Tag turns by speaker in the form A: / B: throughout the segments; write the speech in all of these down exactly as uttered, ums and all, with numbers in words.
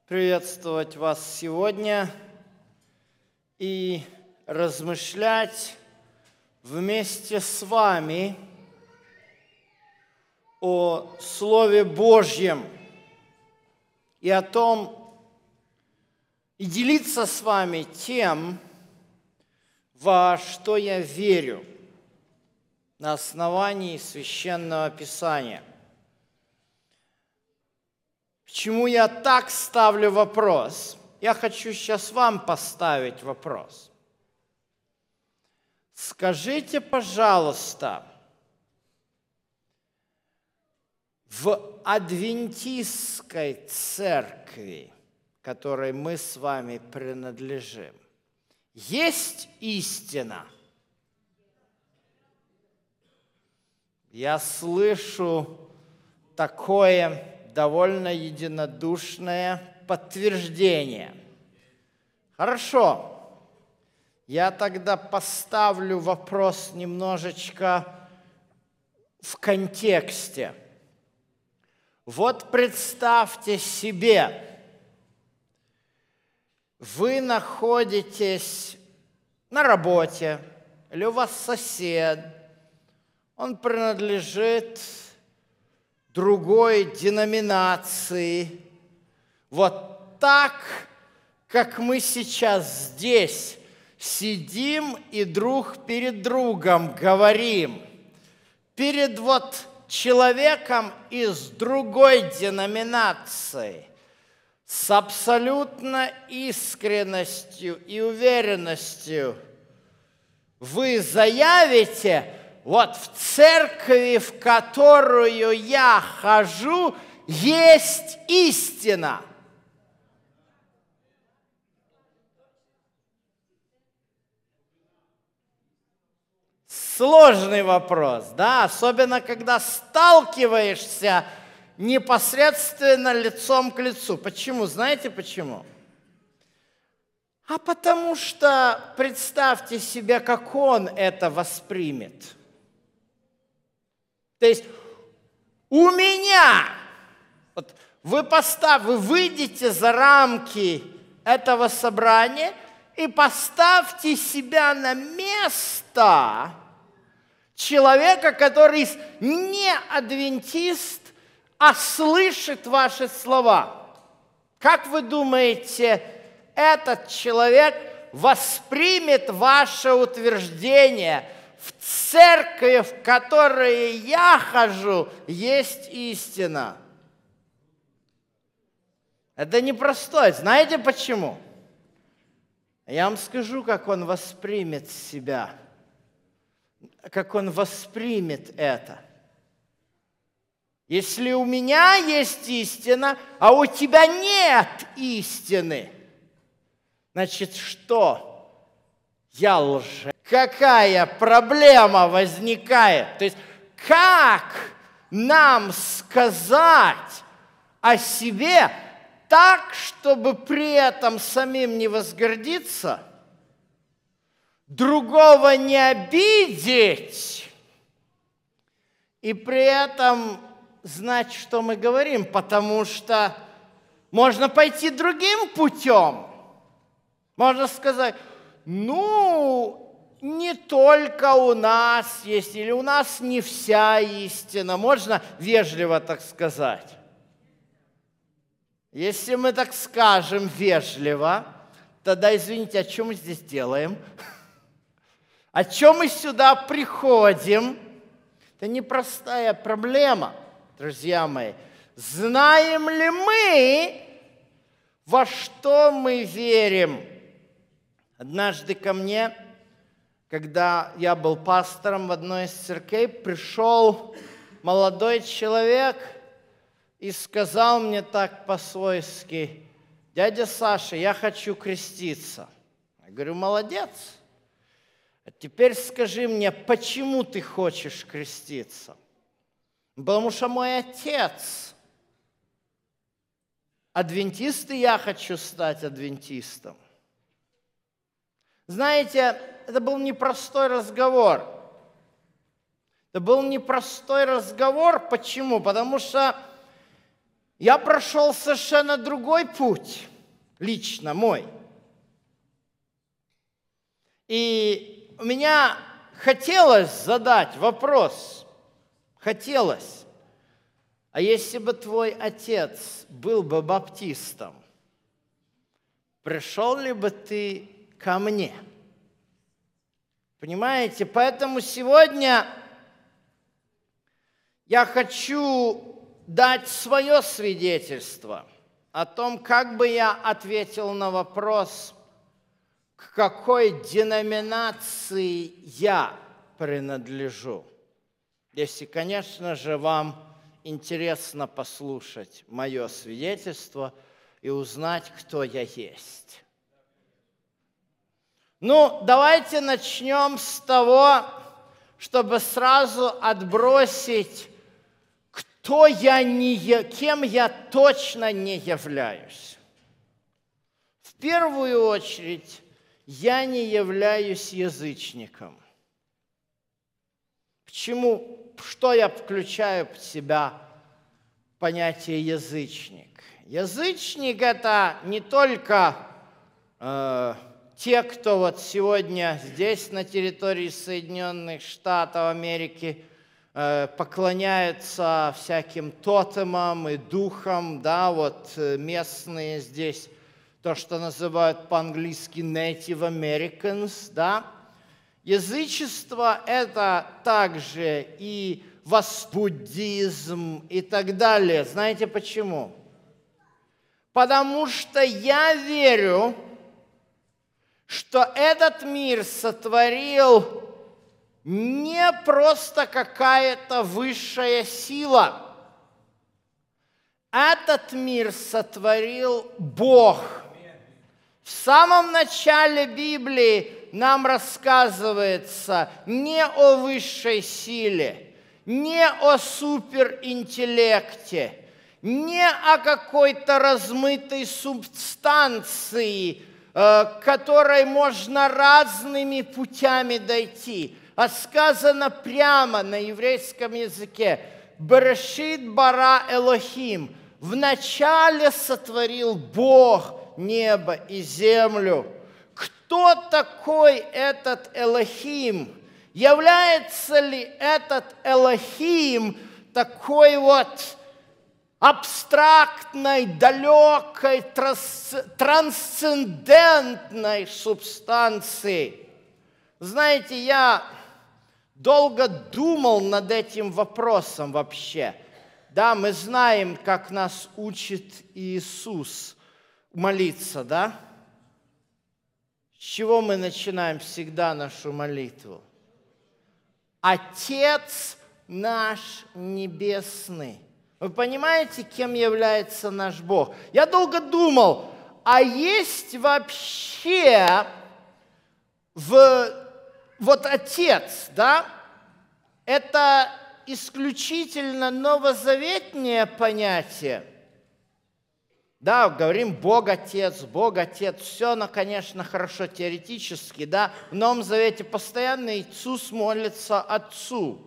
A: приветствовать вас сегодня и размышлять вместе с вами о Слове Божьем и о том, и делиться с вами тем, во что я верю на основании Священного Писания. Почему я так ставлю вопрос? Я хочу сейчас вам поставить вопрос. Скажите, пожалуйста, в адвентистской церкви, которой мы с вами принадлежим, есть истина? Я слышу такое довольно единодушное подтверждение. Хорошо. Я тогда поставлю вопрос немножечко в контексте. Вот представьте себе, вы находитесь на работе, или у вас сосед, он принадлежит другой деноминации. Вот так, как мы сейчас здесь сидим и друг перед другом говорим, перед вот человеком из другой деноминации, с абсолютно искренностью и уверенностью вы заявите: вот в церкви, в которую я хожу, есть истина. Сложный вопрос, да, особенно когда сталкиваешься непосредственно лицом к лицу. Почему? Знаете почему? А потому что представьте себе, как он это воспримет. То есть у меня, вот вы постав, вы выйдете за рамки этого собрания и поставьте себя на место человека, который не адвентист, а слышит ваши слова. Как вы думаете, этот человек воспримет ваше утверждение: в церкви, в которой я хожу, есть истина? Это непростой. Знаете почему? Я вам скажу, как он воспримет себя, как он воспримет это. Если у меня есть истина, а у тебя нет истины, значит, что? Я лжец. Какая проблема возникает? То есть, как нам сказать о себе так, чтобы при этом самим не возгордиться, другого не обидеть и при этом знать, что мы говорим, потому что можно пойти другим путем. Можно сказать: ну, не только у нас есть, или у нас не вся истина. Можно вежливо так сказать. Если мы так скажем вежливо, тогда, извините, а что мы здесь делаем? О чем мы сюда приходим? Это непростая проблема, друзья мои. Знаем ли мы, во что мы верим? Однажды ко мне, когда я был пастором в одной из церквей, пришел молодой человек и сказал мне так по-свойски: дядя Саша, я хочу креститься. Я говорю: молодец. А теперь скажи мне, почему ты хочешь креститься? Потому что мой отец адвентист, и я хочу стать адвентистом. Знаете, это был непростой разговор. Это был непростой разговор. Почему? Потому что Я прошел совершенно другой путь, лично мой. И у меня хотелось задать вопрос, хотелось, а если бы твой отец был бы баптистом, пришел ли бы ты ко мне? Понимаете? Поэтому сегодня я хочу дать свое свидетельство о том, как бы я ответил на вопрос, к какой деноминации я принадлежу. Если, конечно же, вам интересно послушать мое свидетельство и узнать, кто я есть. Ну, давайте начнем с того, чтобы сразу отбросить, кто я не, кем я точно не являюсь. В первую очередь, я не являюсь язычником. Почему? Что я включаю в себя понятие язычник? Язычник – это не только э, те, кто вот сегодня здесь, на территории Соединенных Штатов Америки, э, поклоняются всяким тотемам и духам, да, вот местные здесь, то, что называют по-английски Native Americans, да. Язычество – это также и буддизм и так далее. Знаете почему? Потому что я верю, что этот мир сотворил не просто какая-то высшая сила. Этот мир сотворил Бог. В самом начале Библии нам рассказывается не о высшей силе, не о суперинтеллекте, не о какой-то размытой субстанции, к которой можно разными путями дойти, а сказано прямо на еврейском языке: «Берешит бара Элохим» – «Вначале сотворил Бог небо и землю». Кто такой этот Элохим? Является ли этот Элохим такой вот абстрактной, далекой, трансцендентной субстанцией? Знаете, я долго думал над этим вопросом вообще. Да, мы знаем, как нас учит Иисус молиться, да? С чего мы начинаем всегда нашу молитву? Отец наш Небесный. Вы понимаете, кем является наш Бог? Я долго думал, а есть вообще в, вот Отец, да? Это исключительно новозаветнее понятие. Да, говорим Бог Отец, Бог Отец, все, ну, конечно, хорошо теоретически, да. В Новом Завете постоянно Иисус молится Отцу.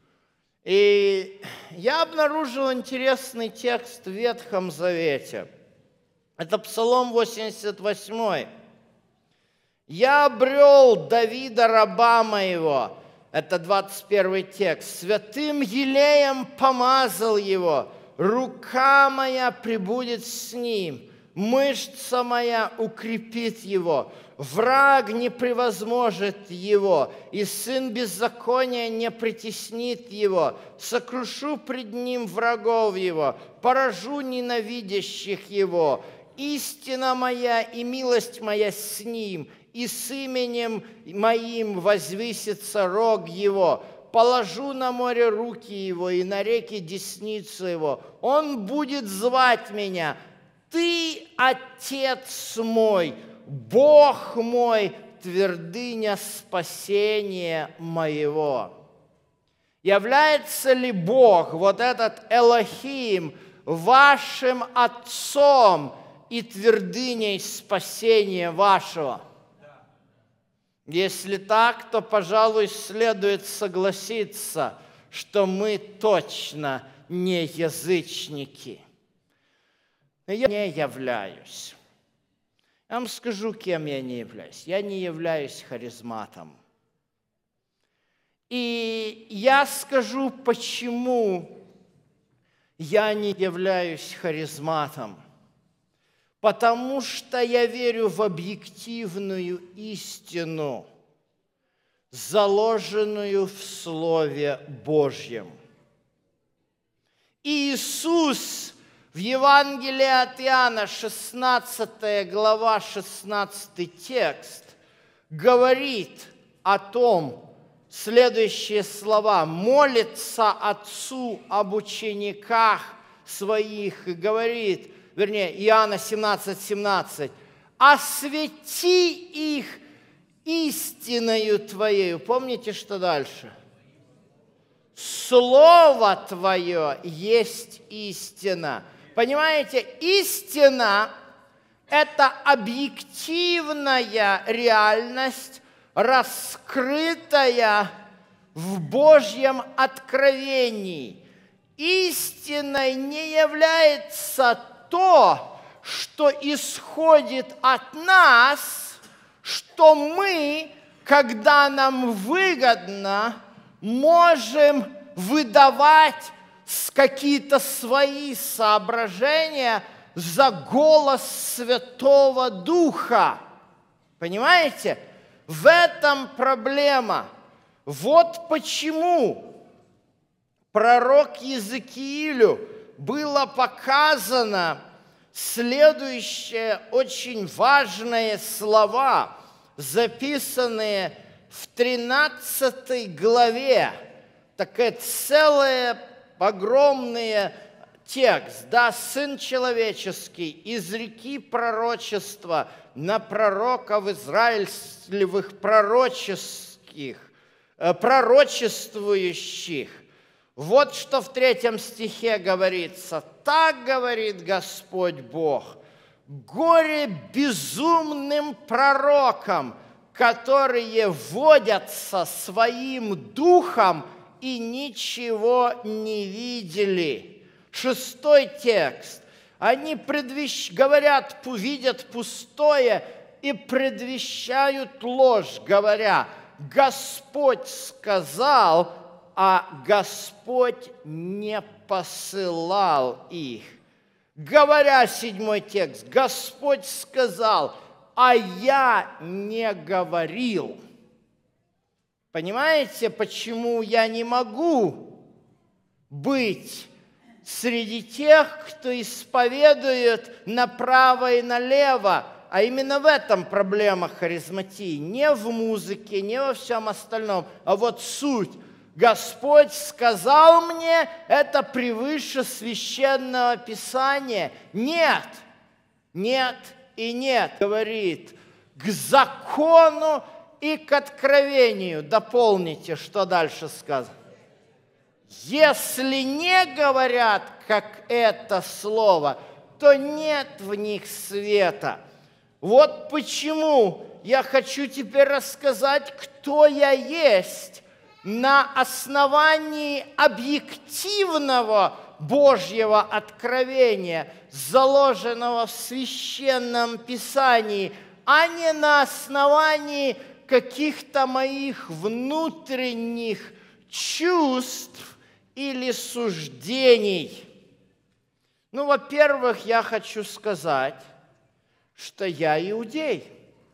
A: И я обнаружил интересный текст в Ветхом Завете. Это Псалом восемьдесят восемь. «Я обрел Давида, раба моего». Это двадцать первый текст. «Святым елеем помазал его. Рука моя пребудет с ним, мышца моя укрепит его, враг не превозможет его, и сын беззакония не притеснит его. Сокрушу пред ним врагов его, поражу ненавидящих его. Истина моя и милость моя с ним, и с именем моим возвысится рог его. Положу на море руки его и на реки десницу его. Он будет звать меня: Ты, Отец мой, Бог мой, твердыня спасения моего». Является ли Бог, вот этот Элохим, вашим Отцом и твердыней спасения вашего? Если так, то, пожалуй, следует согласиться, что мы точно не язычники. Я не являюсь. Я вам скажу, кем я не являюсь. Я не являюсь харизматом. И я скажу, почему я не являюсь харизматом. Потому что я верю в объективную истину, заложенную в Слове Божьем. Иисус в Евангелии от Иоанна, шестнадцатая глава, шестнадцатый текст, говорит о том, следующие слова: молится Отцу об учениках своих и говорит, вернее, Иоанна семнадцать семнадцать, освети их истиною Твоею. Помните, что дальше? Слово Твое есть истина. Понимаете, истина – это объективная реальность, раскрытая в Божьем откровении. Истиной не является то, что исходит от нас, что мы, когда нам выгодно, можем выдавать какие-то свои соображения за голос Святого Духа. Понимаете? В этом проблема. Вот почему пророк Иезекиилю было показано следующие очень важные слова, записанные в тринадцатой главе. Такая целая огромный текст, да, «Сын человеческий, изреки пророчества на пророков израилевых пророческих, э, пророчествующих». Вот что в третьем стихе говорится: «Так говорит Господь Бог, горе безумным пророкам, которые водятся своим духом и ничего не видели». Шестой текст. Они предвещ... говорят, видят пустое и предвещают ложь, говоря: Господь сказал, а Господь не посылал их. Говоря, седьмой текст, Господь сказал, а я не говорил. Понимаете, почему я не могу быть среди тех, кто исповедует направо и налево? А именно в этом проблема харизматии. Не в музыке, не во всем остальном, а вот суть. Господь сказал мне, это превыше священного Писания. Нет, нет и нет, говорит, к закону и к откровению. Дополните, что дальше сказано. Если не говорят, как это слово, то нет в них света. Вот почему я хочу теперь рассказать, кто я есть на основании объективного Божьего откровения, заложенного в Священном Писании, а не на основании каких-то моих внутренних чувств или суждений. Ну, во-первых, я хочу сказать, что я иудей.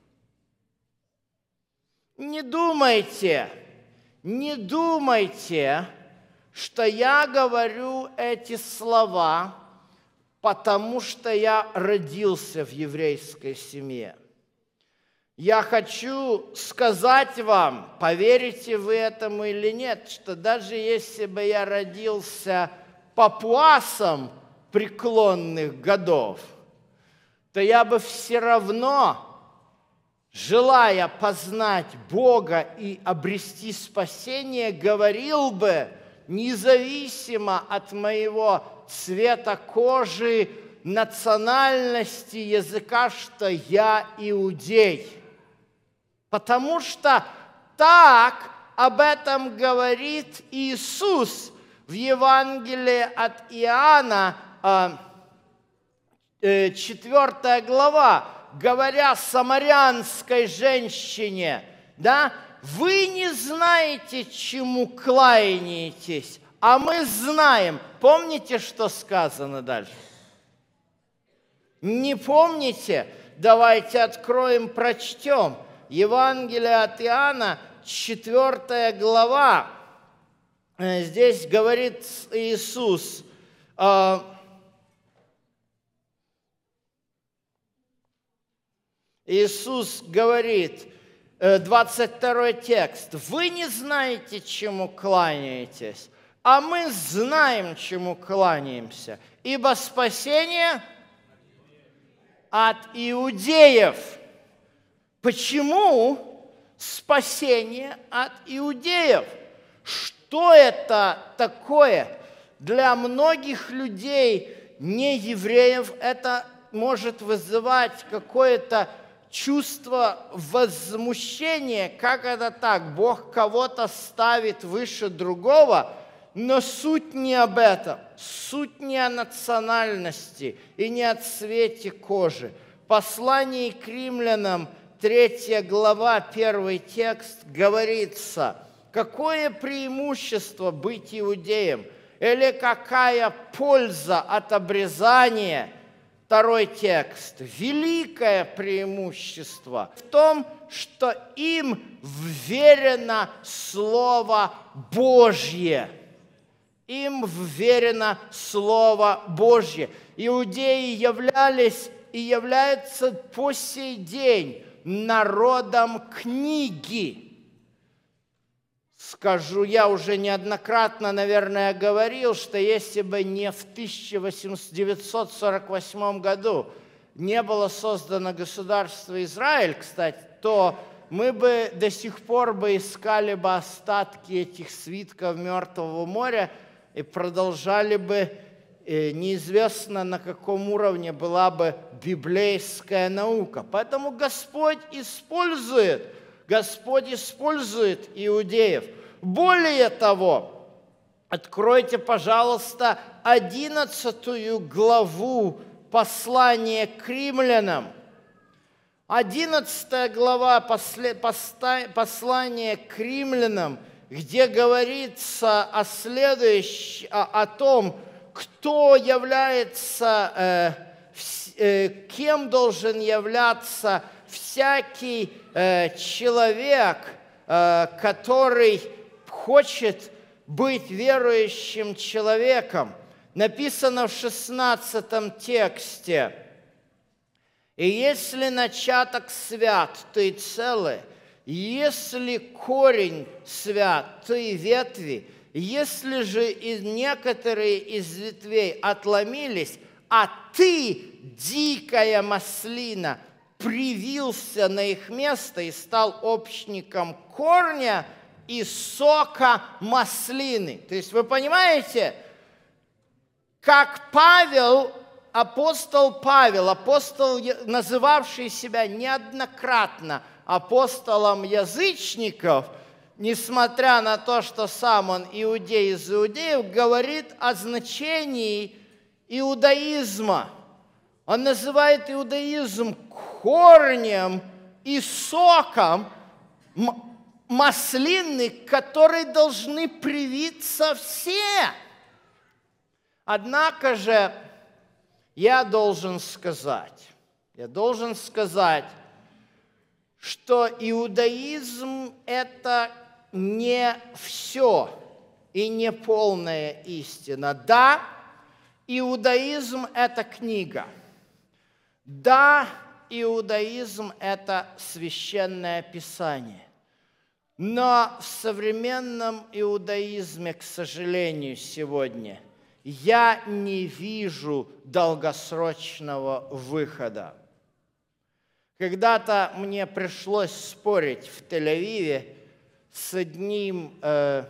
A: Не думайте, не думайте, что я говорю эти слова, потому что я родился в еврейской семье. Я хочу сказать вам, поверите вы этому или нет, что даже если бы я родился папуасом преклонных годов, то я бы все равно, желая познать Бога и обрести спасение, говорил бы, независимо от моего цвета кожи, национальности, языка, что я иудей. Потому что так об этом говорит Иисус в Евангелии от Иоанна, четвёртая глава, говоря самарянской женщине, да, вы не знаете, чему кланяетесь, а мы знаем. Помните, что сказано дальше? Не помните? Давайте откроем, прочтем. Евангелие от Иоанна, четвёртая глава. Здесь говорит Иисус, Иисус говорит, двадцать второй текст, «Вы не знаете, чему кланяетесь, а мы знаем, чему кланяемся, ибо спасение от иудеев». Почему спасение от иудеев? Что это такое? Для многих людей, не евреев, это может вызывать какое-то чувство возмущения. Как это так? Бог кого-то ставит выше другого, но суть не об этом. Суть не о национальности и не о цвете кожи. В послании к римлянам, третья глава, первый текст, говорится, какое преимущество быть иудеем или какая польза от обрезания. Второй текст. Великое преимущество в том, что им вверено Слово Божье. Им вверено Слово Божье. Иудеи являлись и являются по сей день народом книги. Скажу, я уже неоднократно, наверное, говорил, что если бы не в тысяча девятьсот сорок восьмом году не было создано государство Израиль, кстати, то мы бы до сих пор бы искали бы остатки этих свитков Мертвого моря и продолжали бы, неизвестно на каком уровне была бы библейская наука. Поэтому Господь использует, Господь использует иудеев. Более того, откройте, пожалуйста, одиннадцатую главу послания к римлянам. Одиннадцатая глава послания к римлянам, где говорится о следующем, о, о том, кто является, э, э, кем должен являться всякий э, человек, э, который хочет быть верующим человеком. Написано в шестнадцатом тексте: «И если начаток свят, то и целое, если корень свят, то и ветви, если же и некоторые из ветвей отломились, а ты, дикая маслина, привился на их место и стал общником корня и сока маслины». То есть вы понимаете, как Павел, апостол Павел, апостол, называвший себя неоднократно апостолом язычников, несмотря на то, что сам он иудей из иудеев, говорит о значении иудаизма. Он называет иудаизм корнем и соком маслины, к которой должны привиться все. Однако же я должен сказать, я должен сказать, что иудаизм – это не все и не полная истина. Да, иудаизм – это книга. Да, иудаизм – это священное писание. Но в современном иудаизме, к сожалению, сегодня я не вижу долгосрочного выхода. Когда-то мне пришлось спорить в Тель-Авиве с одним, э,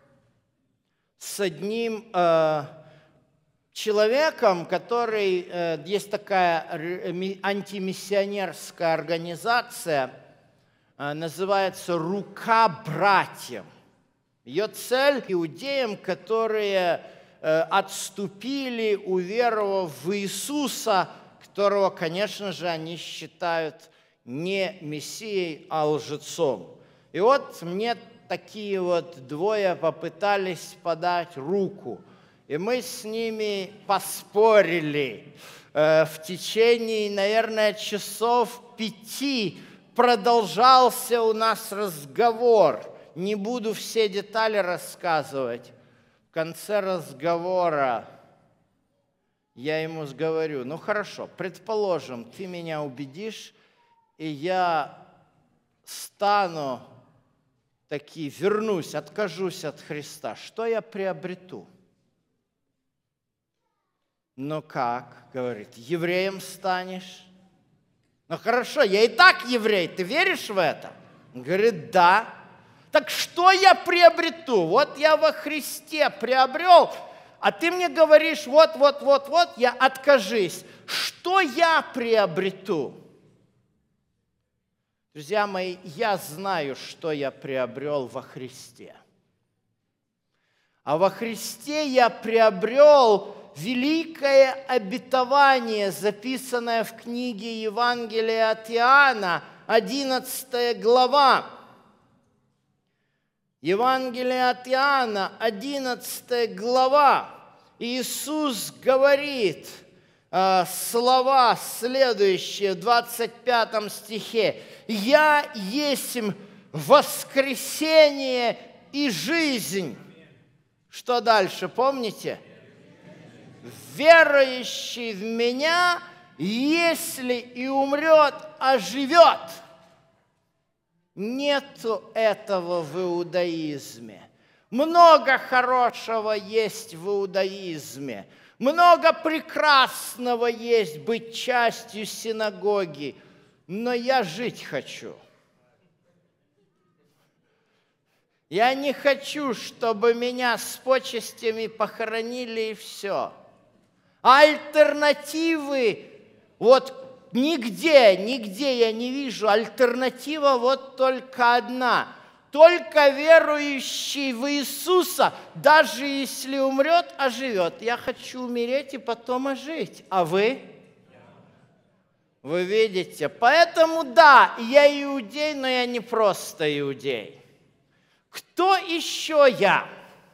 A: с одним э, человеком, который, э, есть такая антимиссионерская организация, э, называется «Рука братьям». Ее цель – иудеям, которые э, отступили, уверовав в Иисуса, которого, конечно же, они считают не мессией, а лжецом. И вот мне такие вот двое попытались подать руку, и мы с ними поспорили. Э, в течение, наверное, часов пяти продолжался у нас разговор. Не буду все детали рассказывать. В конце разговора я ему говорю: ну хорошо, предположим, ты меня убедишь, и я стану таки, вернусь, откажусь от Христа. Что я приобрету? Ну как, говорит, евреем станешь? Ну хорошо, я и так еврей, ты веришь в это? Он говорит, да. Так что я приобрету? Вот я во Христе приобрел, а ты мне говоришь, вот, вот, вот, вот, я откажись. Что я приобрету? Друзья мои, я знаю, что я приобрел во Христе. А во Христе я приобрел великое обетование, записанное в книге Евангелия от Иоанна, одиннадцатая глава. Евангелие от Иоанна, одиннадцатая глава. Иисус говорит э, слова следующие в двадцать пятом стихе. «Я есть воскресение и жизнь». Что дальше, помните? «Верующий в Меня, если и умрет, оживет». Нету этого в иудаизме. Много хорошего есть в иудаизме. Много прекрасного есть быть частью синагоги. Но я жить хочу. Я не хочу, чтобы меня с почестями похоронили и все. Альтернативы вот нигде, нигде я не вижу. Альтернатива вот только одна. Только верующий в Иисуса, даже если умрет, оживет. Я хочу умереть и потом ожить. А вы? Вы видите? Поэтому да, я иудей, но я не просто иудей. Кто еще я?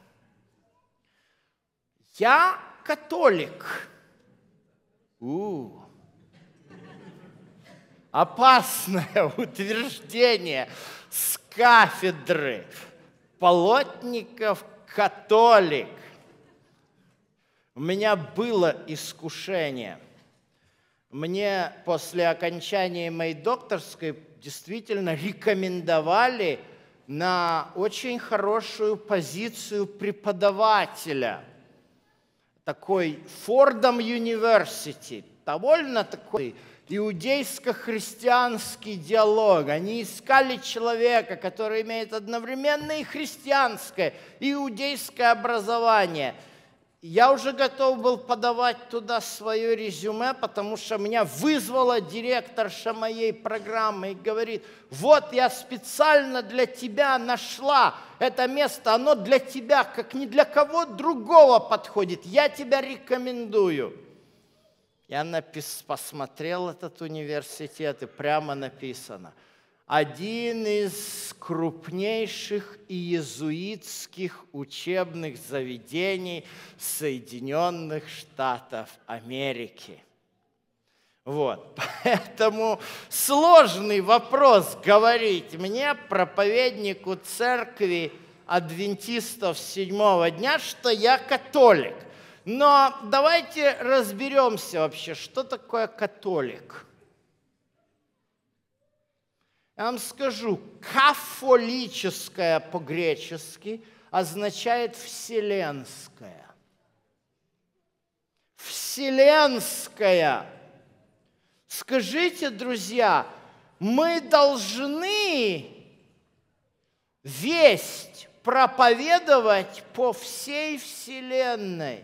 A: Я католик. У-у. Опасное утверждение с кафедры. Плотников католик. У меня было искушение. Мне после окончания моей докторской действительно рекомендовали на очень хорошую позицию преподавателя. Такой Фордом University, довольно такой иудейско-христианский диалог. Они искали человека, который имеет одновременно и христианское, и иудейское образование. Я уже готов был подавать туда свое резюме, потому что меня вызвала директорша моей программы и говорит: вот я специально для тебя нашла это место, оно для тебя, как ни для кого другого подходит, я тебя рекомендую. Я напис, посмотрел этот университет, и прямо написано: один из крупнейших иезуитских учебных заведений Соединенных Штатов Америки. Вот, поэтому сложный вопрос говорить мне, проповеднику церкви адвентистов седьмого дня, что я католик. Но давайте разберемся вообще, что такое католик. Я вам скажу, кафолическое по-гречески означает вселенская. Вселенская. Скажите, друзья, мы должны весть проповедовать по всей вселенной.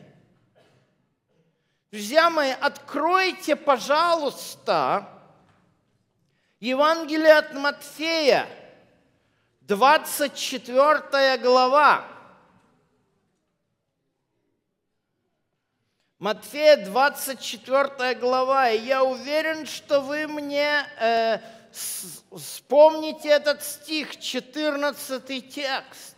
A: Друзья мои, откройте, пожалуйста, Евангелие от Матфея, двадцать четвёртая глава. Матфея двадцать четвёртая глава, и я уверен, что вы мне э, с, вспомните этот стих, четырнадцатый текст.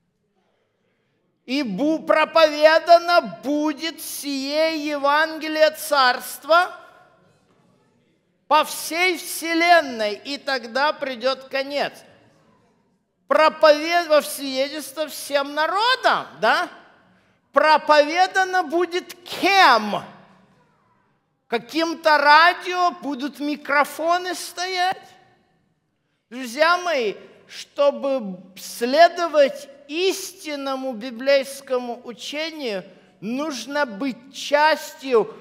A: «И бу, проповедано будет сие Евангелие Царства по всей вселенной, и тогда придет конец». Проповедано свидетельство всем народам, да? Проповедано будет кем? Каким-то радио, будут микрофоны стоять? Друзья мои, чтобы следовать истинному библейскому учению, нужно быть частью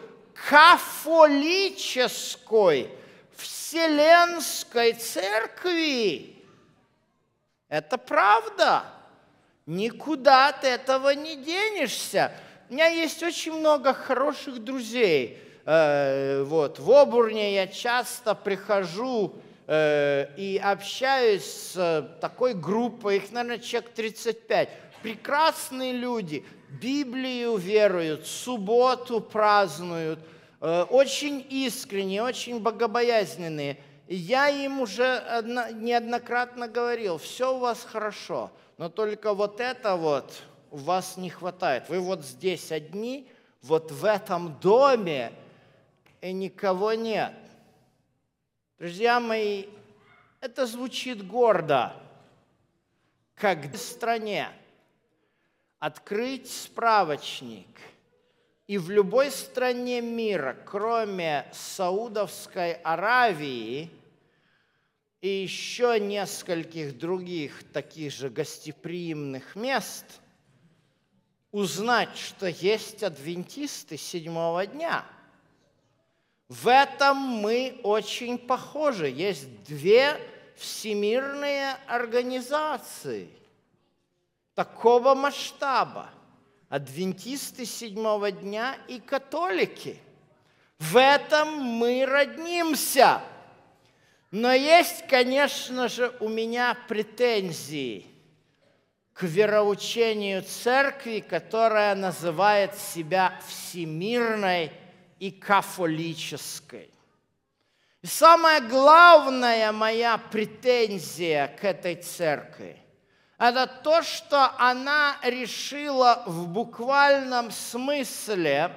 A: кафолической, вселенской церкви. Это правда. Никуда от этого не денешься. У меня есть очень много хороших друзей. Э, вот, в Обурне я часто прихожу э, и общаюсь с такой группой, их, наверное, человек тридцать пять. Прекрасные люди, Библию веруют, субботу празднуют, э, очень искренние, очень богобоязненные. И я им уже одно, неоднократно говорил, все у вас хорошо, но только вот это вот у вас не хватает. Вы вот здесь одни, вот в этом доме, и никого нет. Друзья мои, это звучит гордо, как в стране открыть справочник, и в любой стране мира, кроме Саудовской Аравии и еще нескольких других таких же гостеприимных мест, узнать, что есть адвентисты седьмого дня. В этом мы очень похожи. Есть две всемирные организации такого масштаба. Адвентисты седьмого дня и католики. В этом мы роднимся. Но есть, конечно же, у меня претензии к вероучению церкви, которая называет себя всемирной и кафолической. И самая главная моя претензия к этой церкви – это то, что она решила в буквальном смысле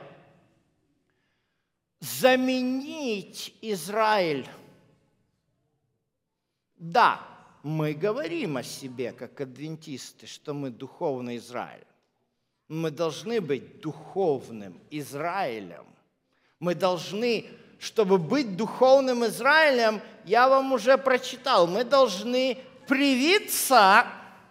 A: заменить Израиль. Да, мы говорим о себе, как адвентисты, что мы духовный Израиль. Мы должны быть духовным Израилем. Мы должны, чтобы быть духовным Израилем, я вам уже прочитал, мы должны привиться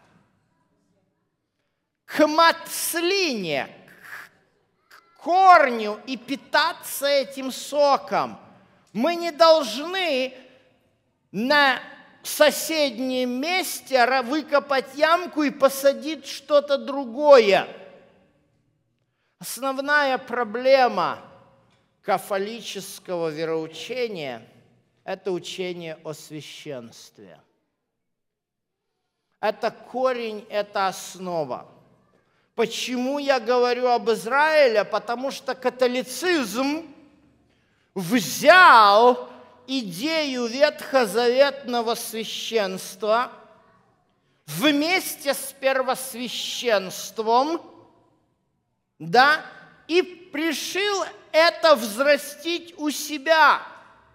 A: к маслине, к корню и питаться этим соком. Мы не должны на соседнем месте выкопать ямку и посадить что-то другое. Основная проблема кафолического вероучения – это учение о священстве. Это корень, это основа. Почему я говорю об Израиле? Потому что католицизм взял идею ветхозаветного священства вместе с первосвященством, да, и решил это взрастить у себя.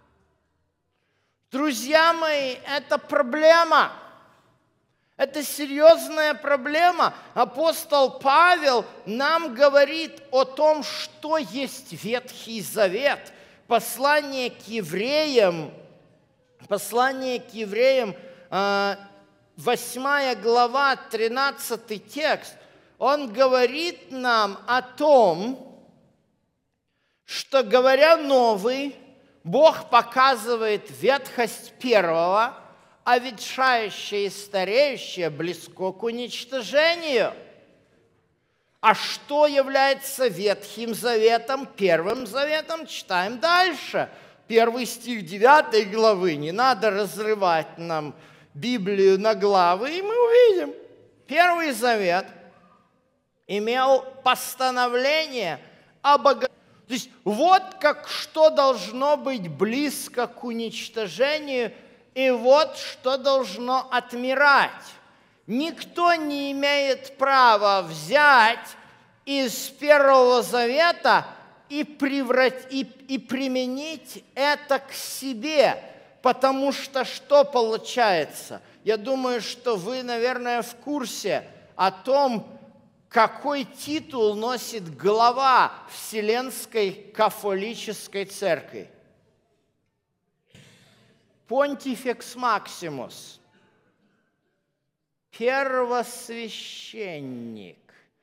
A: Друзья мои, это проблема. Это серьезная проблема. Апостол Павел нам говорит о том, что есть Ветхий Завет. Послание к евреям, послание к евреям, восьмая глава, тринадцатый текст, он говорит нам о том, что, говоря новый, Бог показывает ветхость первого, а ветшающее и стареющее близко к уничтожению. А что является Ветхим Заветом, Первым Заветом? Читаем дальше. Первый стих девятой главы. Не надо разрывать нам Библию на главы, и мы увидим. Первый Завет имел постановление о богослужении. То есть вот как что должно быть близко к уничтожению, и вот что должно отмирать. Никто не имеет права взять из Первого Завета и, преврат... и, и применить это к себе, потому что что получается? Я думаю, что вы, наверное, в курсе о том, какой титул носит глава Вселенской кафолической церкви. Понтифекс Максимус. Первосвященник.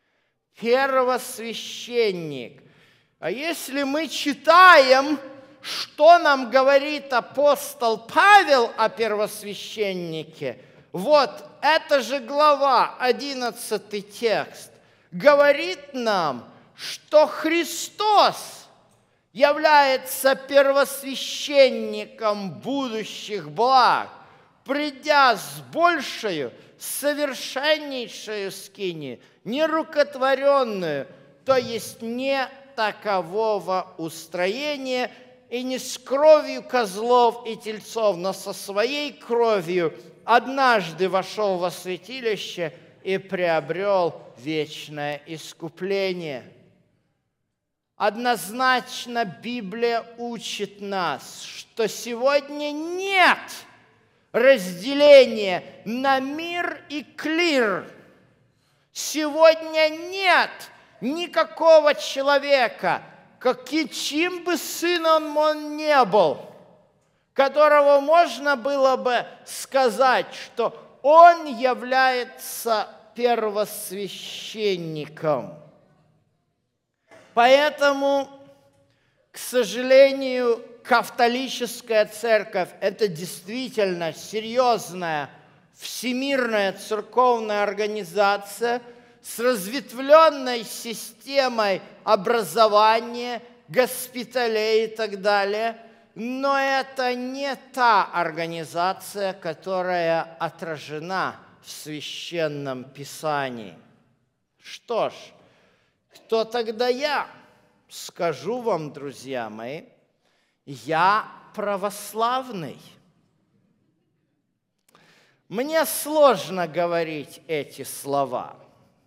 A: Первосвященник. А если мы читаем, что нам говорит апостол Павел о первосвященнике, вот эта же глава, одиннадцатый текст, говорит нам, что Христос является первосвященником будущих благ, придя с большою, совершеннейшую скинию, нерукотворенную, то есть не такового устроения, и не с кровью козлов и тельцов, но со своей кровью однажды вошел во святилище и приобрел вечное искупление. Однозначно Библия учит нас, что сегодня нет разделения на мир и клир. Сегодня нет никакого человека, каким бы сыном он не был, которого можно было бы сказать, что он является первосвященником. Поэтому, к сожалению, кафолическая церковь – это действительно серьезная всемирная церковная организация с разветвленной системой образования, госпиталей и так далее. Но это не та организация, которая отражена в Священном Писании. Что ж, кто тогда я? Скажу вам, друзья мои, я православный. Мне сложно говорить эти слова.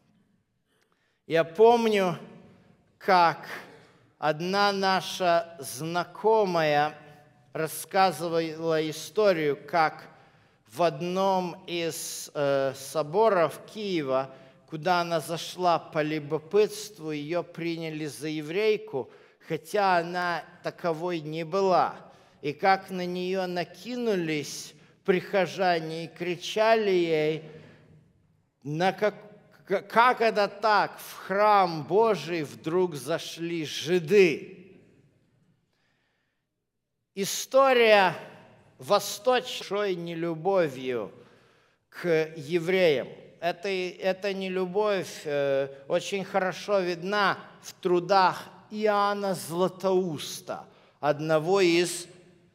A: Я помню, как одна наша знакомая рассказывала историю, как в одном из э, соборов Киева, куда она зашла по любопытству, ее приняли за еврейку, хотя она таковой не была. И как на нее накинулись прихожане и кричали ей, на как, как это так, в храм Божий вдруг зашли жиды. История восточной нелюбовью к евреям. Это, эта нелюбовь э, очень хорошо видна в трудах Иоанна Златоуста, одного из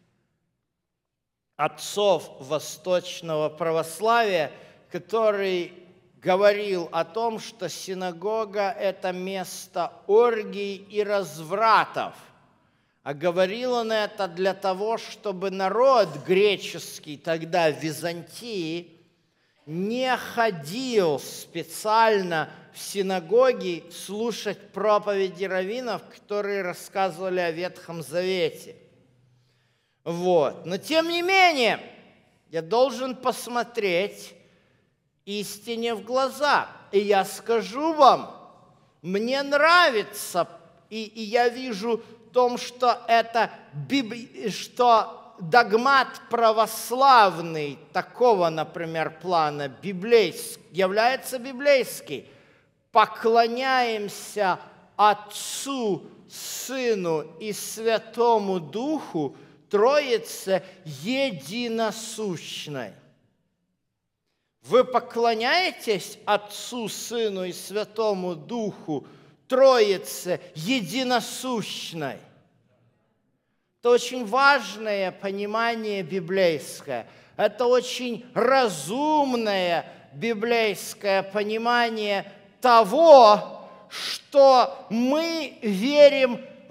A: отцов восточного православия, который говорил о том, что синагога – это место оргий и развратов. А говорил он это для того, чтобы народ греческий тогда в Византии не ходил специально в синагоги слушать проповеди раввинов, которые рассказывали о Ветхом Завете. Вот. Но тем не менее, я должен посмотреть истине в глаза. И я скажу вам, мне нравится, и, и я вижу в том, что это библи... что догмат православный, такого, например, плана, библейский, является библейский. Поклоняемся Отцу, Сыну и Святому Духу, Троице единосущной. Вы поклоняетесь Отцу, Сыну и Святому Духу, Троице единосущной? Это очень важное понимание библейское. Это очень разумное библейское понимание того, что мы верим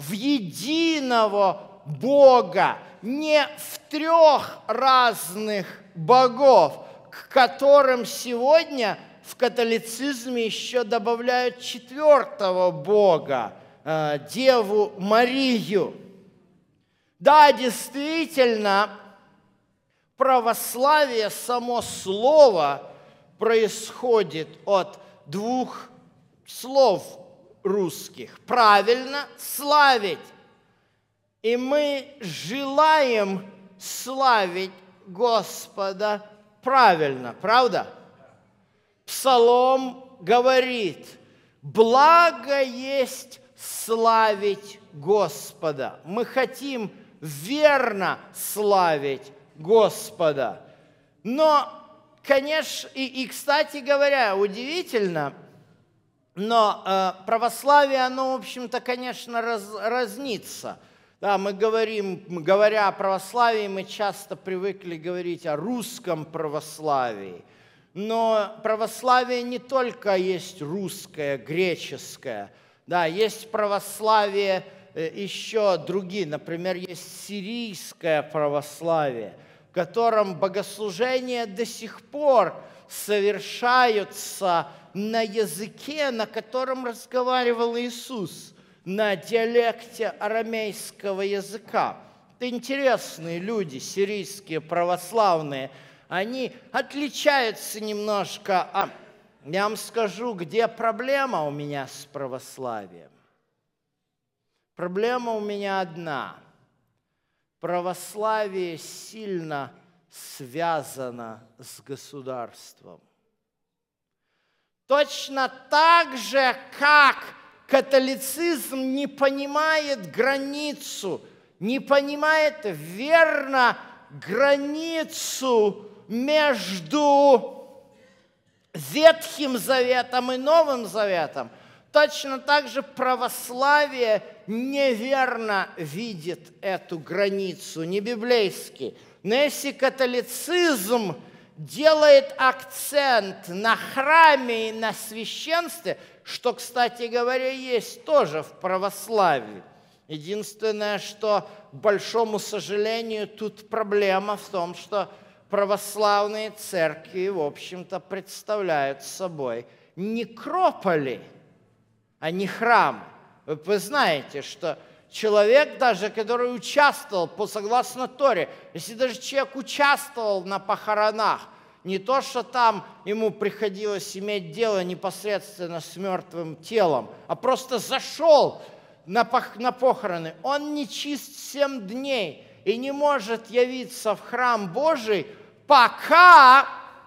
A: в единого Бога, не в трех разных богов, к которым сегодня в католицизме еще добавляют четвертого Бога, э, Деву Марию. Да, действительно, православие, само слово, происходит от двух слов русских. Правильно, славить. И мы желаем славить Господа правильно, правда? Псалом говорит: благо есть славить Господа. Мы хотим верно славить Господа. Но, конечно, и, и кстати говоря, удивительно, но э, православие, оно, в общем-то, конечно, раз, разнится. Да, мы говорим, говоря о православии, мы часто привыкли говорить о русском православии. Но православие не только есть русское, греческое. Да, есть православие еще другие. Например, есть сирийское православие, в котором богослужения до сих пор совершаются на языке, на котором разговаривал Иисус, на диалекте арамейского языка. Это интересные люди, сирийские православные. Они отличаются немножко. А я вам скажу, где проблема у меня с православием. Проблема у меня одна. Православие сильно связано с государством. Точно так же, как католицизм не понимает границу, не понимает верно границу между Ветхим Заветом и Новым Заветом, точно так же православие неверно видит эту границу, не библейски. Но если католицизм делает акцент на храме и на священстве, что, кстати говоря, есть тоже в православии. Единственное, что, к большому сожалению, тут проблема в том, что православные церкви, в общем-то, представляют собой некрополи, а не храм. Вы, вы знаете, что человек даже, который участвовал, по согласно Торе, если даже человек участвовал на похоронах, не то, что там ему приходилось иметь дело непосредственно с мертвым телом, а просто зашел на, пох- на похороны, он нечист семь дней и не может явиться в храм Божий, пока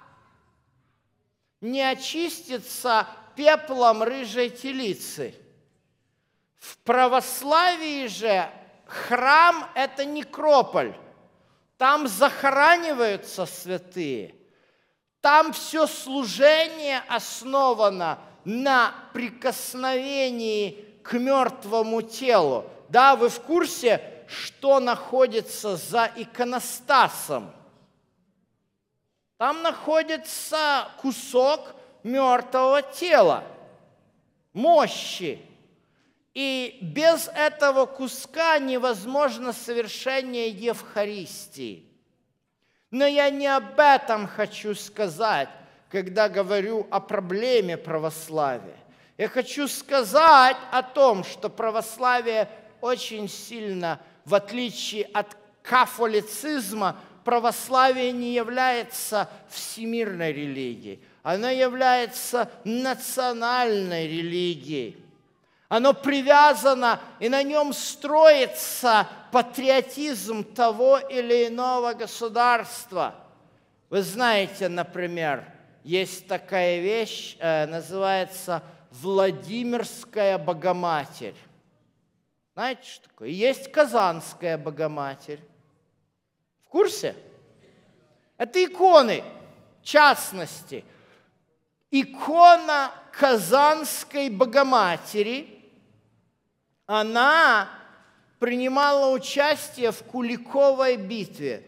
A: не очистится пеплом рыжей телицы. В православии же храм – это некрополь. Там захораниваются святые. Там все служение основано на прикосновении к мертвому телу. Да, вы в курсе, что находится за иконостасом? Там находится кусок мертвого тела, мощи. И без этого куска невозможно совершение Евхаристии. Но я не об этом хочу сказать, когда говорю о проблеме православия. Я хочу сказать о том, что православие очень сильно, в отличие от католицизма, православие не является всемирной религией. Оно является национальной религией. Оно привязано, и на нем строится патриотизм того или иного государства. Вы знаете, например, есть такая вещь, называется Владимирская Богоматерь. Знаете, что такое? Есть Казанская Богоматерь. В курсе? Это иконы, в частности. Икона Казанской Богоматери, она принимала участие в Куликовой битве.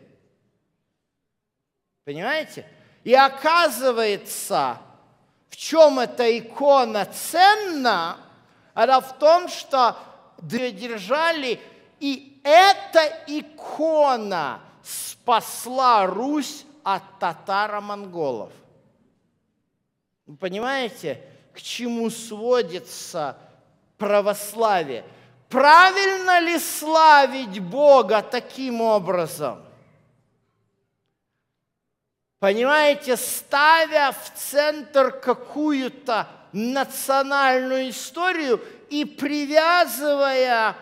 A: Понимаете? И оказывается, в чем эта икона ценна, это в том, что ее держали, и эта икона спасла Русь от татаро-монголов. Вы понимаете, к чему сводится православие? Правильно ли славить Бога таким образом? Понимаете, ставя в центр какую-то национальную историю и привязывая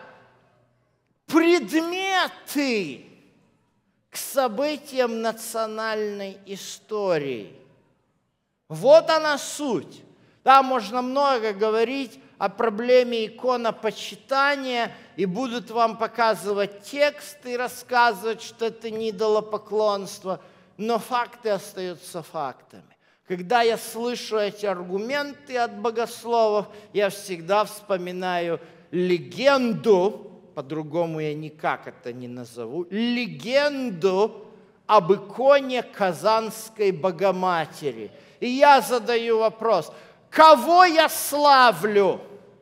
A: предметы к событиям национальной истории. Вот она суть. Да, можно много говорить о проблеме иконопочитания, и будут вам показывать тексты и рассказывать, что это не идолопоклонство, но факты остаются фактами. Когда я слышу эти аргументы от богословов, я всегда вспоминаю легенду, по-другому я никак это не назову, легенду об иконе Казанской Богоматери. И я задаю вопрос, кого я славлю?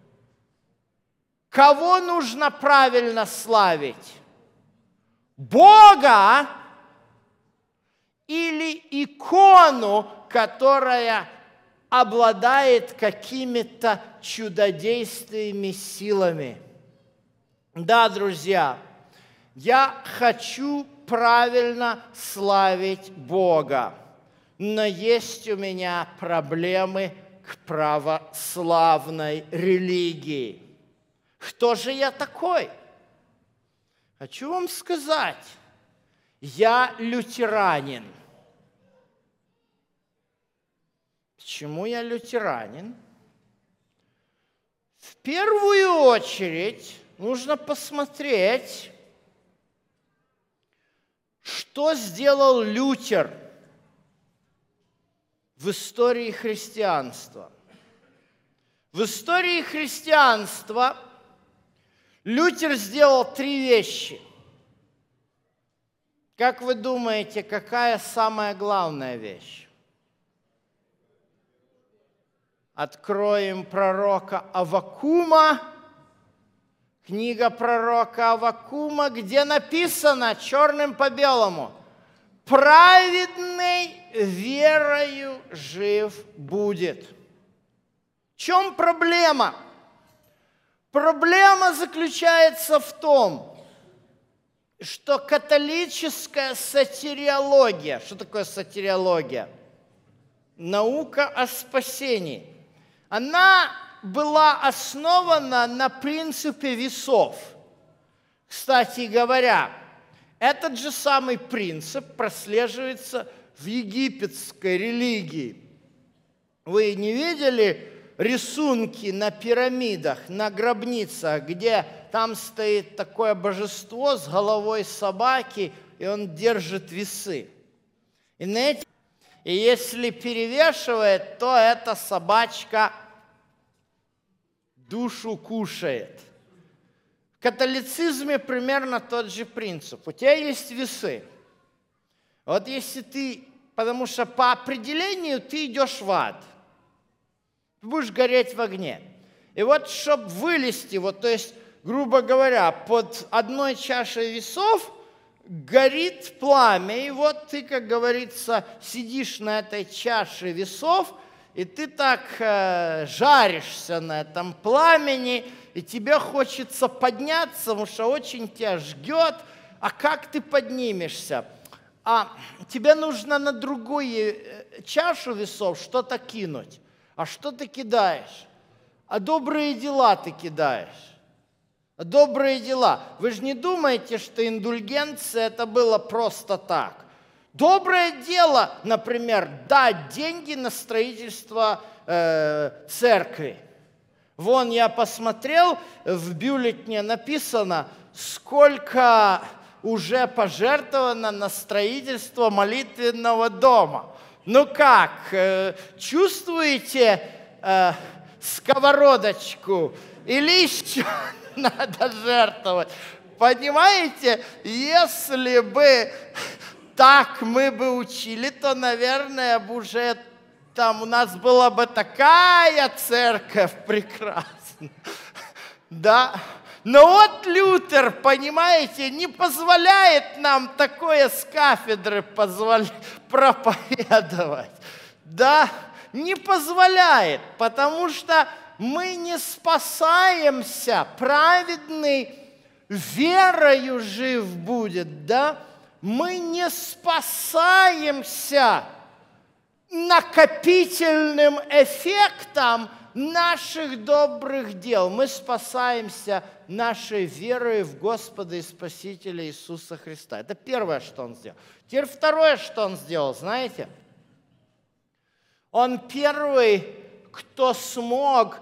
A: Кого нужно правильно славить? Бога или икону, которая обладает какими-то чудодейственными силами? Да, друзья, я хочу правильно славить Бога, но есть у меня проблемы к православной религии. Кто же я такой? Хочу вам сказать, я лютеранин. Почему я лютеранин? В первую очередь нужно посмотреть, что сделал Лютер в истории христианства. В истории христианства Лютер сделал три вещи. Как вы думаете, какая самая главная вещь? Откроем пророка Аввакума, книга пророка Аввакума, где написано черным по белому: «Праведный верою жив будет». В чем проблема? Проблема заключается в том, что католическая сотириология, что такое сотириология? Наука о спасении. Она была основана на принципе весов. Кстати говоря, этот же самый принцип прослеживается в египетской религии. Вы не видели рисунки на пирамидах, на гробницах, где там стоит такое божество с головой собаки, и он держит весы. И, на эти... и если перевешивает, то эта собачка душу кушает. В католицизме примерно тот же принцип. У тебя есть весы. Вот если ты, потому что по определению ты идешь в ад, ты будешь гореть в огне. И вот, чтобы вылезти, вот, то есть, грубо говоря, под одной чашей весов горит пламя, и вот ты, как говорится, сидишь на этой чаше весов, и ты так э, жаришься на этом пламени, и тебе хочется подняться, потому что очень тебя жгет. А как ты поднимешься? А тебе нужно на другую чашу весов что-то кинуть. А что ты кидаешь? А добрые дела ты кидаешь. А добрые дела. Вы же не думаете, что индульгенция это было просто так. Доброе дело, например, дать деньги на строительство э, церкви. Вон я посмотрел, в бюллетене написано, сколько уже пожертвовано на строительство молитвенного дома. Ну как, э, чувствуете э, сковородочку или еще надо жертвовать? Понимаете, если бы так мы бы учили, то, наверное, уже там у нас была бы такая церковь прекрасная. Да, Но вот Лютер, понимаете, не позволяет нам такое с кафедры позволя... проповедовать. Да, не позволяет, потому что мы не спасаемся. Праведный верою жив будет, да? Мы не спасаемся накопительным эффектом наших добрых дел. Мы спасаемся нашей верой в Господа и Спасителя Иисуса Христа. Это первое, что Он сделал. Теперь второе, что Он сделал, знаете? Он первый, кто смог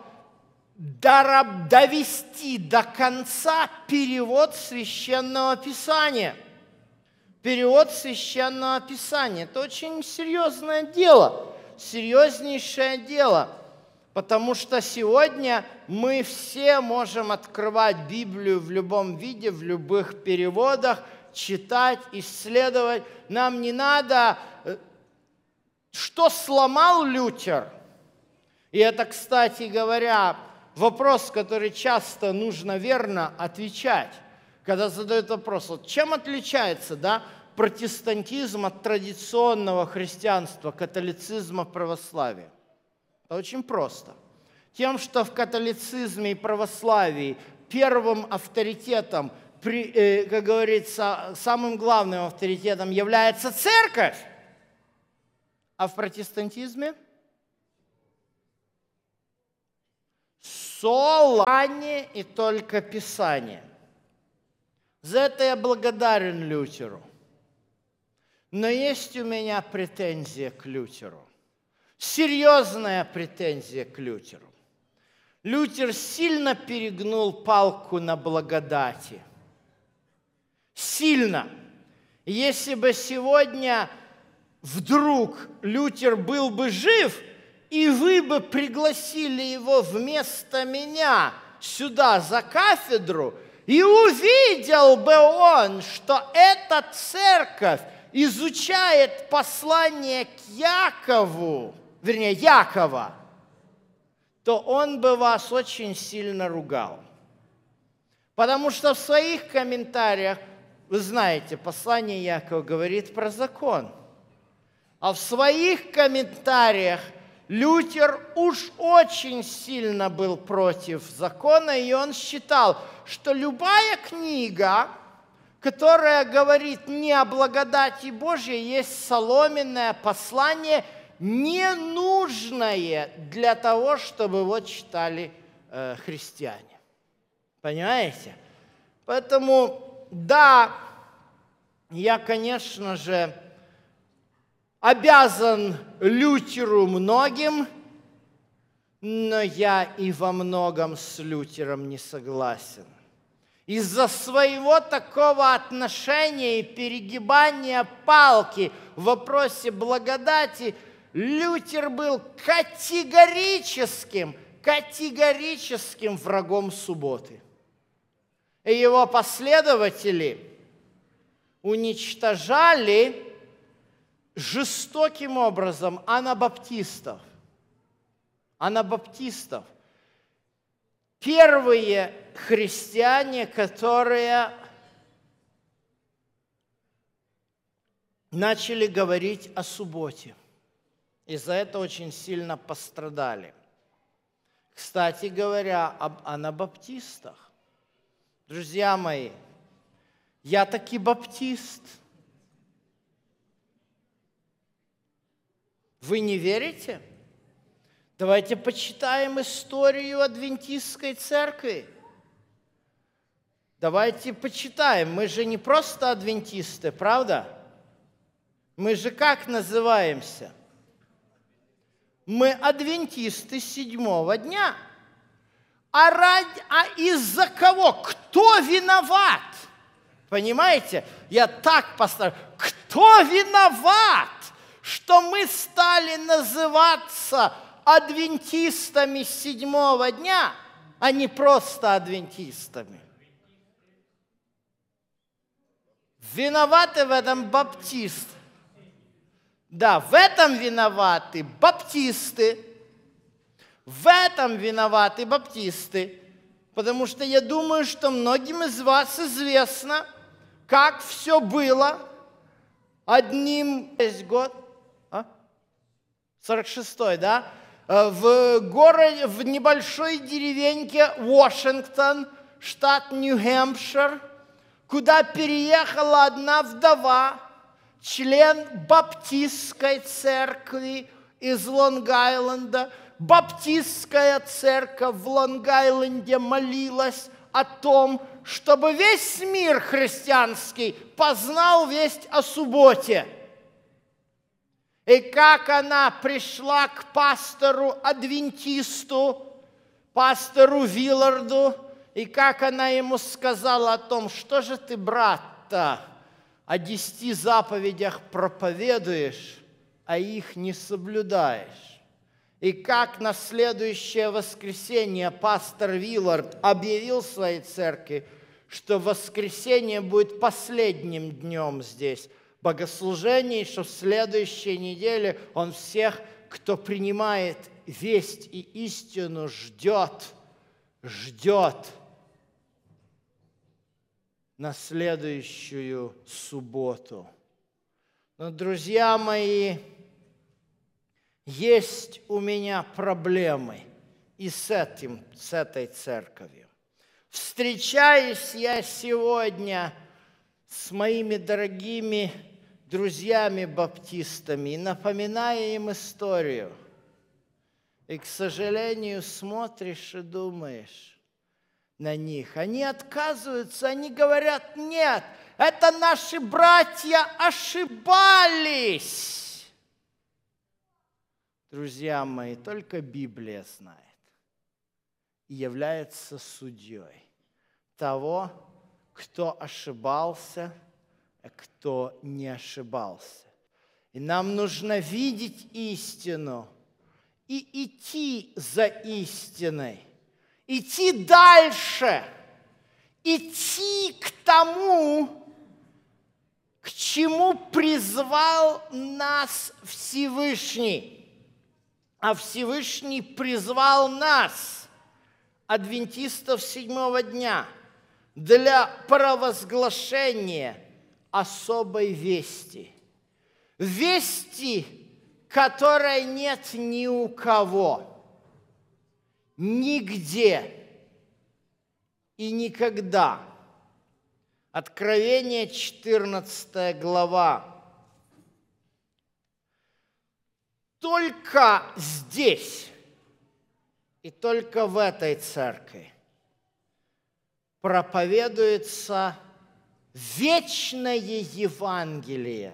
A: довести до конца перевод Священного Писания. Перевод Священного Писания. Это очень серьезное дело, серьезнейшее дело, потому что сегодня мы все можем открывать Библию в любом виде, в любых переводах, читать, исследовать. Нам не надо... Что сломал Лютер? И это, кстати говоря, вопрос, который часто нужно верно отвечать, когда задают вопрос, вот чем отличается, да, протестантизм от традиционного христианства, католицизма, православия? Это очень просто. Тем, что в католицизме и православии первым авторитетом, как говорится, самым главным авторитетом является церковь, а в протестантизме Солание и только Писание. За это я благодарен Лютеру. Но есть у меня претензия к Лютеру. Серьезная претензия к Лютеру. Лютер сильно перегнул палку на благодати. Сильно. Если бы сегодня вдруг Лютер был бы жив, и вы бы пригласили его вместо меня сюда за кафедру, и увидел бы он, что эта церковь изучает послание к Якову, вернее, Якова, то он бы вас очень сильно ругал. Потому что в своих комментариях, вы знаете, послание Якова говорит про закон. А в своих комментариях Лютер уж очень сильно был против закона, и он считал, что любая книга, которая говорит не о благодати Божьей, есть соломенное послание, ненужное для того, чтобы его читали э, христиане. Понимаете? Поэтому, да, я, конечно же, обязан Лютеру многим, но я и во многом с Лютером не согласен. Из-за своего такого отношения и перегибания палки в вопросе благодати Лютер был категорическим, категорическим врагом субботы. И его последователи уничтожали жестоким образом анабаптистов. Анабаптистов. Первые христиане, которые начали говорить о субботе. И за это очень сильно пострадали. Кстати говоря, об анабаптистах. Друзья мои, я таки баптист. Вы не верите? Давайте почитаем историю адвентистской церкви. Давайте почитаем. Мы же не просто адвентисты, правда? Мы же как называемся? Мы адвентисты седьмого дня. А, ради, а из-за кого? Кто виноват? Понимаете? Я так поставлю. Кто виноват, что мы стали называться адвентистами седьмого дня, а не просто адвентистами? Виноваты в этом баптисты. Да, в этом виноваты баптисты. В этом виноваты баптисты. Потому что я думаю, что многим из вас известно, как все было одним весь год, а? сорок шестой, да? В городе, в небольшой деревеньке Вашингтон, штат Нью-Хэмпшир, куда переехала одна вдова, член баптистской церкви из Лонг-Айленда. Баптистская церковь в Лонг-Айленде молилась о том, чтобы весь мир христианский познал весть о субботе. И как она пришла к пастору-адвентисту, пастору Вилларду, и как она ему сказала о том, что же ты, брат-то, о десяти заповедях проповедуешь, а их не соблюдаешь. И как на следующее воскресенье пастор Виллард объявил своей церкви, что воскресенье будет последним днем здесь богослужений, что в следующей неделе он всех, кто принимает весть и истину, ждет, ждет на следующую субботу. Но, друзья мои, есть у меня проблемы и с этим, с этой церковью. Встречаюсь я сегодня с моими дорогими друзьями-баптистами и напоминая им историю. И, к сожалению, смотришь и думаешь на них. Они отказываются, они говорят: нет, это наши братья ошибались. Друзья мои, только Библия знает и является судьей того, кто ошибался, а кто не ошибался. И нам нужно видеть истину и идти за истиной, идти дальше, идти к тому, к чему призвал нас Всевышний. А Всевышний призвал нас, адвентистов седьмого дня, для провозглашения особой вести. Вести, которой нет ни у кого, нигде и никогда. Откровение, четырнадцатая глава. Только здесь и только в этой церкви проповедуется вечное Евангелие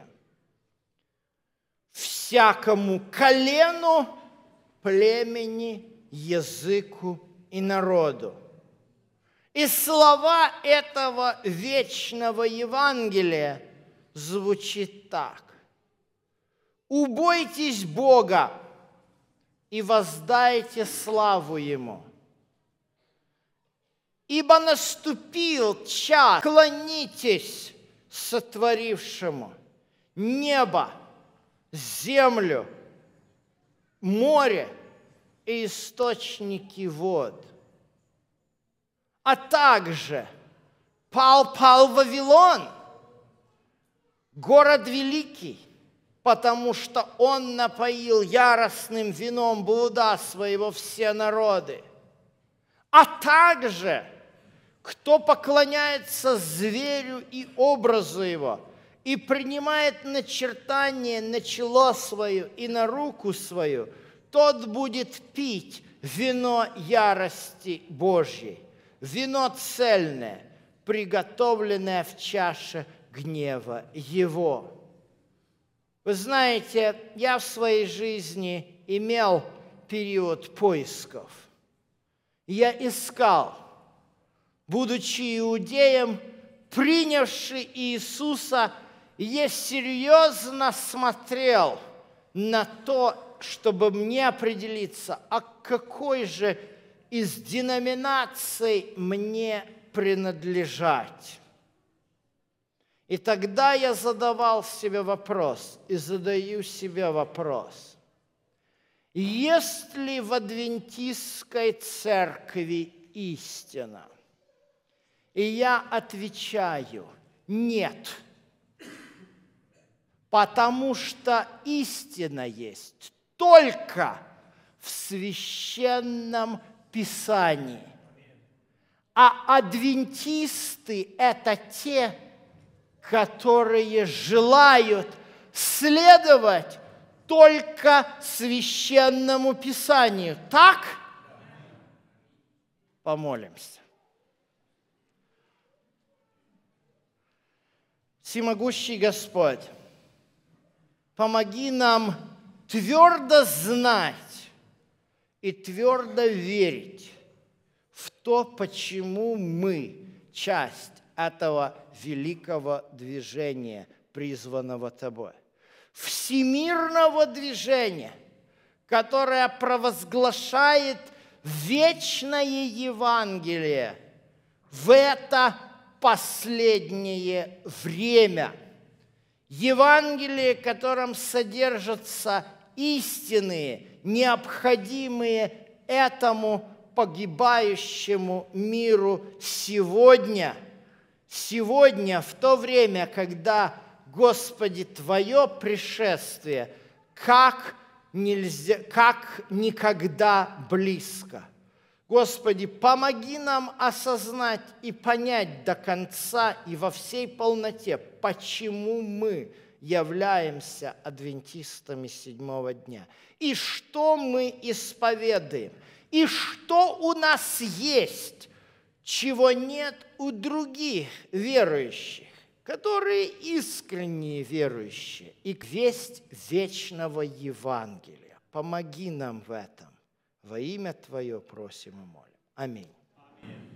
A: всякому колену, племени, языку и народу. И слова этого вечного Евангелия звучит так: «Убойтесь Бога и воздайте славу Ему, ибо наступил час, клонитесь сотворившему небо, землю, море и источники вод. А также пал, пал Вавилон, город великий, потому что он напоил яростным вином блуда своего все народы. А также, кто поклоняется зверю и образу его, и принимает начертание на чело свое и на руку свою, тот будет пить вино ярости Божьей, вино цельное, приготовленное в чаше гнева его». Вы знаете, я в своей жизни имел период поисков. Я искал, будучи иудеем, принявший Иисуса, я серьезно смотрел на то, чтобы мне определиться, а к какой же из деноминаций мне принадлежать. И тогда я задавал себе вопрос, и задаю себе вопрос: есть ли в адвентистской церкви истина? И я отвечаю: нет. Потому что истина есть только в Священном Писании. А адвентисты – это те, которые желают следовать только Священному Писанию. Так? Помолимся. Всемогущий Господь, помоги нам твердо знать и твердо верить в то, почему мы часть этого великого движения, призванного Тобой. Всемирного движения, которое провозглашает вечное Евангелие в это последнее время. Евангелие, в котором содержатся истины, необходимые этому погибающему миру сегодня. Сегодня, в то время, когда, Господи, Твое пришествие как нельзя, как никогда близко. Господи, помоги нам осознать и понять до конца и во всей полноте, почему мы являемся адвентистами седьмого дня, и что мы исповедуем, и что у нас есть, чего нет у других верующих, которые искренние верующие, и весть вечного Евангелия. Помоги нам в этом. Во имя Твое просим и молим. Аминь.
B: Аминь.